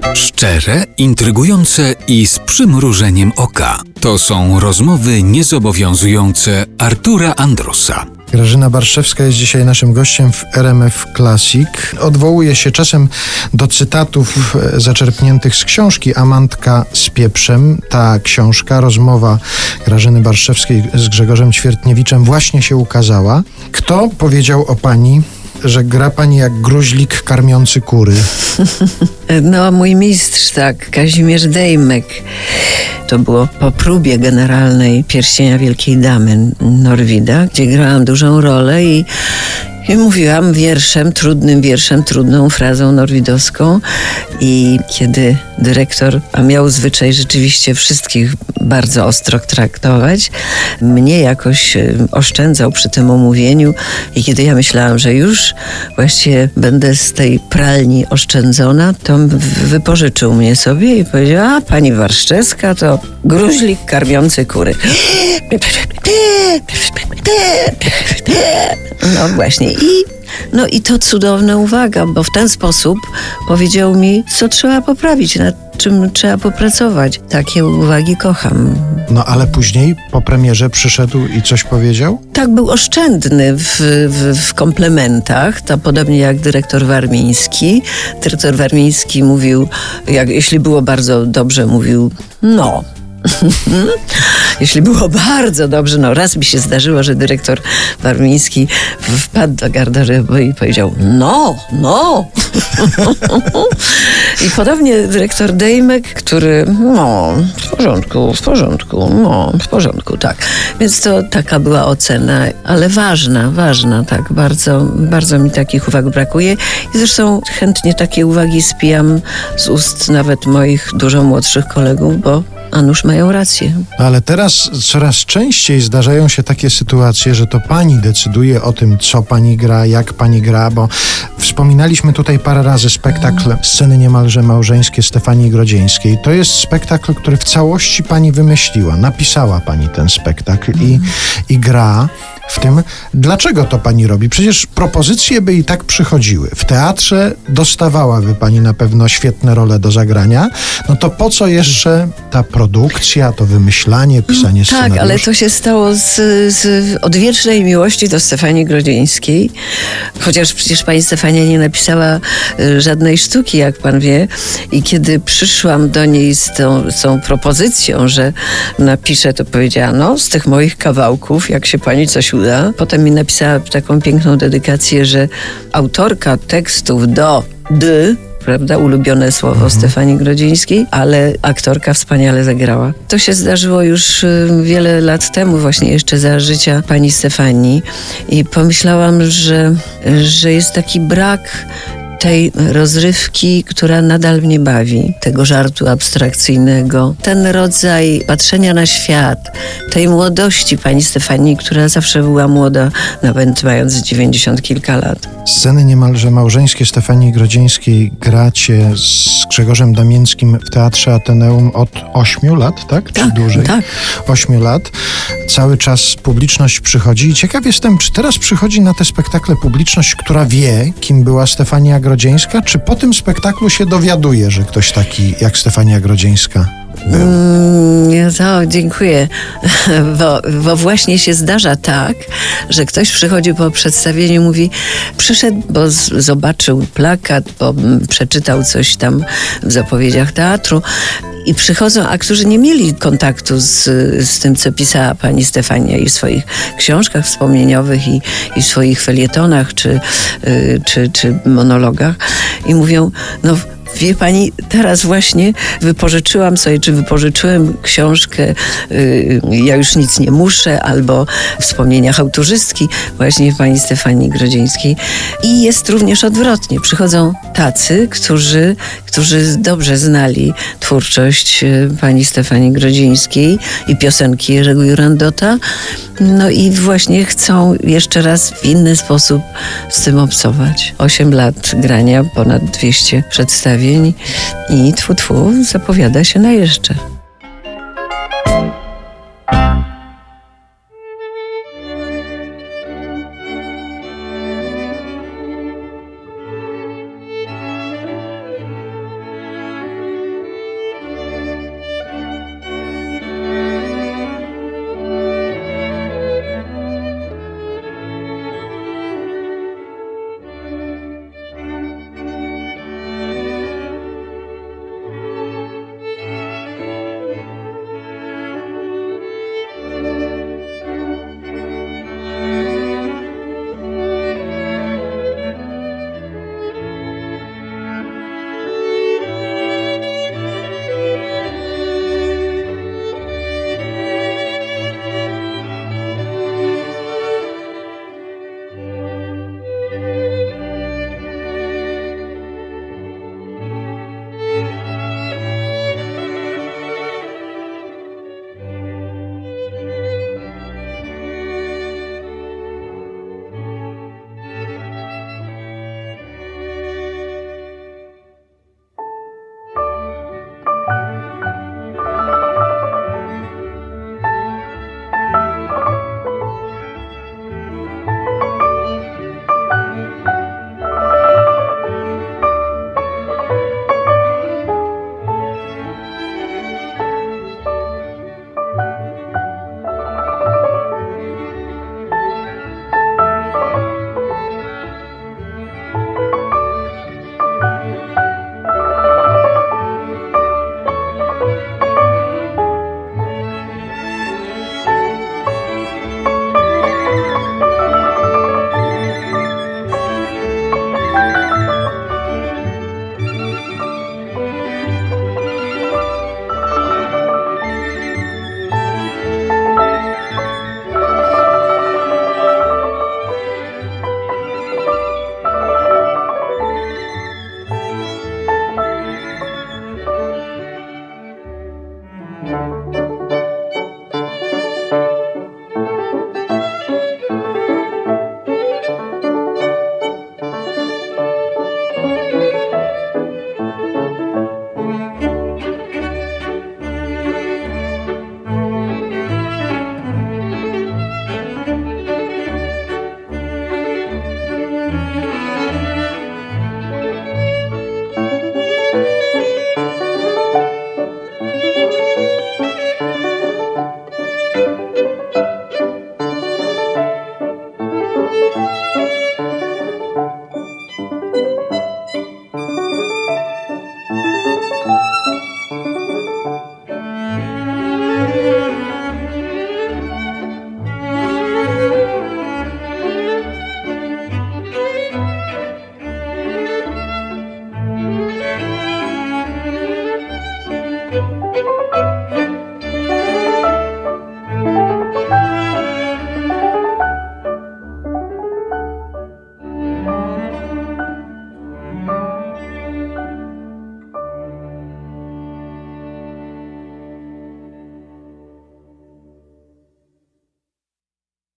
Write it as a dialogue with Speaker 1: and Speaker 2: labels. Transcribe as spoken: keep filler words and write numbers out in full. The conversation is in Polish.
Speaker 1: Szczere, intrygujące i z przymrużeniem oka. To są rozmowy niezobowiązujące Artura Andrusa.
Speaker 2: Grażyna Barszczewska jest dzisiaj naszym gościem w R M F Classic. Odwołuje się czasem do cytatów zaczerpniętych z książki Amantka z pieprzem. Ta książka, rozmowa Grażyny Barszczewskiej z Grzegorzem Ćwiertniewiczem właśnie się ukazała. Kto powiedział o pani, że gra pani jak gruźlik karmiący kury?
Speaker 3: No, mój mistrz, tak, Kazimierz Dejmek. To było po próbie generalnej Pierścienia Wielkiej Damy Norwida, gdzie grałam dużą rolę i I mówiłam wierszem, trudnym wierszem, trudną frazą norwidowską i kiedy dyrektor, a miał zwyczaj rzeczywiście wszystkich bardzo ostro traktować, mnie jakoś oszczędzał przy tym omówieniu i kiedy ja myślałam, że już właściwie będę z tej pralni oszczędzona, to wypożyczył mnie sobie i powiedział: a pani Barszczewska to gruźlik karmiący kury. No właśnie. I, no i to cudowna uwaga, bo w ten sposób powiedział mi, co trzeba poprawić, nad czym trzeba popracować. Takie uwagi kocham.
Speaker 2: No ale później po premierze przyszedł i coś powiedział?
Speaker 3: Tak, był oszczędny w, w, w komplementach, to podobnie jak dyrektor Warmiński. Dyrektor Warmiński mówił, jak, jeśli było bardzo dobrze, mówił no. Jeśli było bardzo dobrze, no raz mi się zdarzyło, że dyrektor Warmiński wpadł do garderoby i powiedział no, no. I podobnie dyrektor Dejmek, który no, w porządku, w porządku, no, w porządku, tak. Więc to taka była ocena, ale ważna, ważna, tak, bardzo, bardzo mi takich uwag brakuje i zresztą chętnie takie uwagi spijam z ust nawet moich dużo młodszych kolegów, bo a nuż mają rację.
Speaker 2: Ale teraz coraz częściej zdarzają się takie sytuacje, że to pani decyduje o tym, co pani gra, jak pani gra, bo wspominaliśmy tutaj parę razy spektakl Sceny niemalże małżeńskie Stefanii Grodzieńskiej. To jest spektakl, który w całości pani wymyśliła. Napisała pani ten spektakl i, i gra w tym. Dlaczego to pani robi? Przecież propozycje by i tak przychodziły. W teatrze dostawałaby pani na pewno świetne role do zagrania. No to po co jeszcze ta produkcja, to wymyślanie, pisanie scenariuszy?
Speaker 3: Tak, ale to się stało z, z odwiecznej miłości do Stefanii Grodzieńskiej. Chociaż przecież pani Stefania nie napisała y, żadnej sztuki, jak pan wie. I kiedy przyszłam do niej z tą, z tą propozycją, że napiszę, to powiedziała, no z tych moich kawałków, jak się pani coś uda. Potem mi napisała taką piękną dedykację, że autorka tekstów do D, prawda, ulubione słowo mhm. Stefanii Grodzieńskiej, ale aktorka wspaniale zagrała. To się zdarzyło już wiele lat temu, właśnie jeszcze za życia pani Stefanii i pomyślałam, że, że jest taki brak tej rozrywki, która nadal mnie bawi, tego żartu abstrakcyjnego, ten rodzaj patrzenia na świat, tej młodości pani Stefanii, która zawsze była młoda, nawet mając dziewięćdziesiąt kilka lat.
Speaker 2: Sceny niemalże małżeńskie Stefanii Grodzieńskiej gracie z Grzegorzem Damińskim w Teatrze Ateneum od ośmiu lat, tak?
Speaker 3: Tak,
Speaker 2: czy dłużej?
Speaker 3: Tak.
Speaker 2: Ośmiu lat. Cały czas publiczność przychodzi i ciekaw jestem, czy teraz przychodzi na te spektakle publiczność, która wie, kim była Stefania Grodzieńska, czy po tym spektaklu się dowiaduje, że ktoś taki jak Stefania Grodzieńska był?
Speaker 3: Mm, to dziękuję, bo, bo właśnie się zdarza tak, że ktoś przychodzi po przedstawieniu i mówi, przyszedł, bo z, zobaczył plakat, bo m, przeczytał coś tam w zapowiedziach teatru i przychodzą, a którzy nie mieli kontaktu z, z tym, co pisała pani Stefania i w swoich książkach wspomnieniowych i, i w swoich felietonach czy, y, czy, czy monologach i mówią, no wie pani, teraz właśnie wypożyczyłam sobie, czy wypożyczyłem książkę yy, Ja już nic nie muszę, albo w wspomnieniach autorzystki właśnie pani Stefanii Grodzieńskiej. I jest również odwrotnie. Przychodzą tacy, którzy, którzy dobrze znali twórczość yy, pani Stefanii Grodzieńskiej i piosenki Jerzego Jurandota. No i właśnie chcą jeszcze raz w inny sposób z tym obcować. Osiem lat grania, ponad dwieście przedstawień i tfu, tfu, zapowiada się na jeszcze.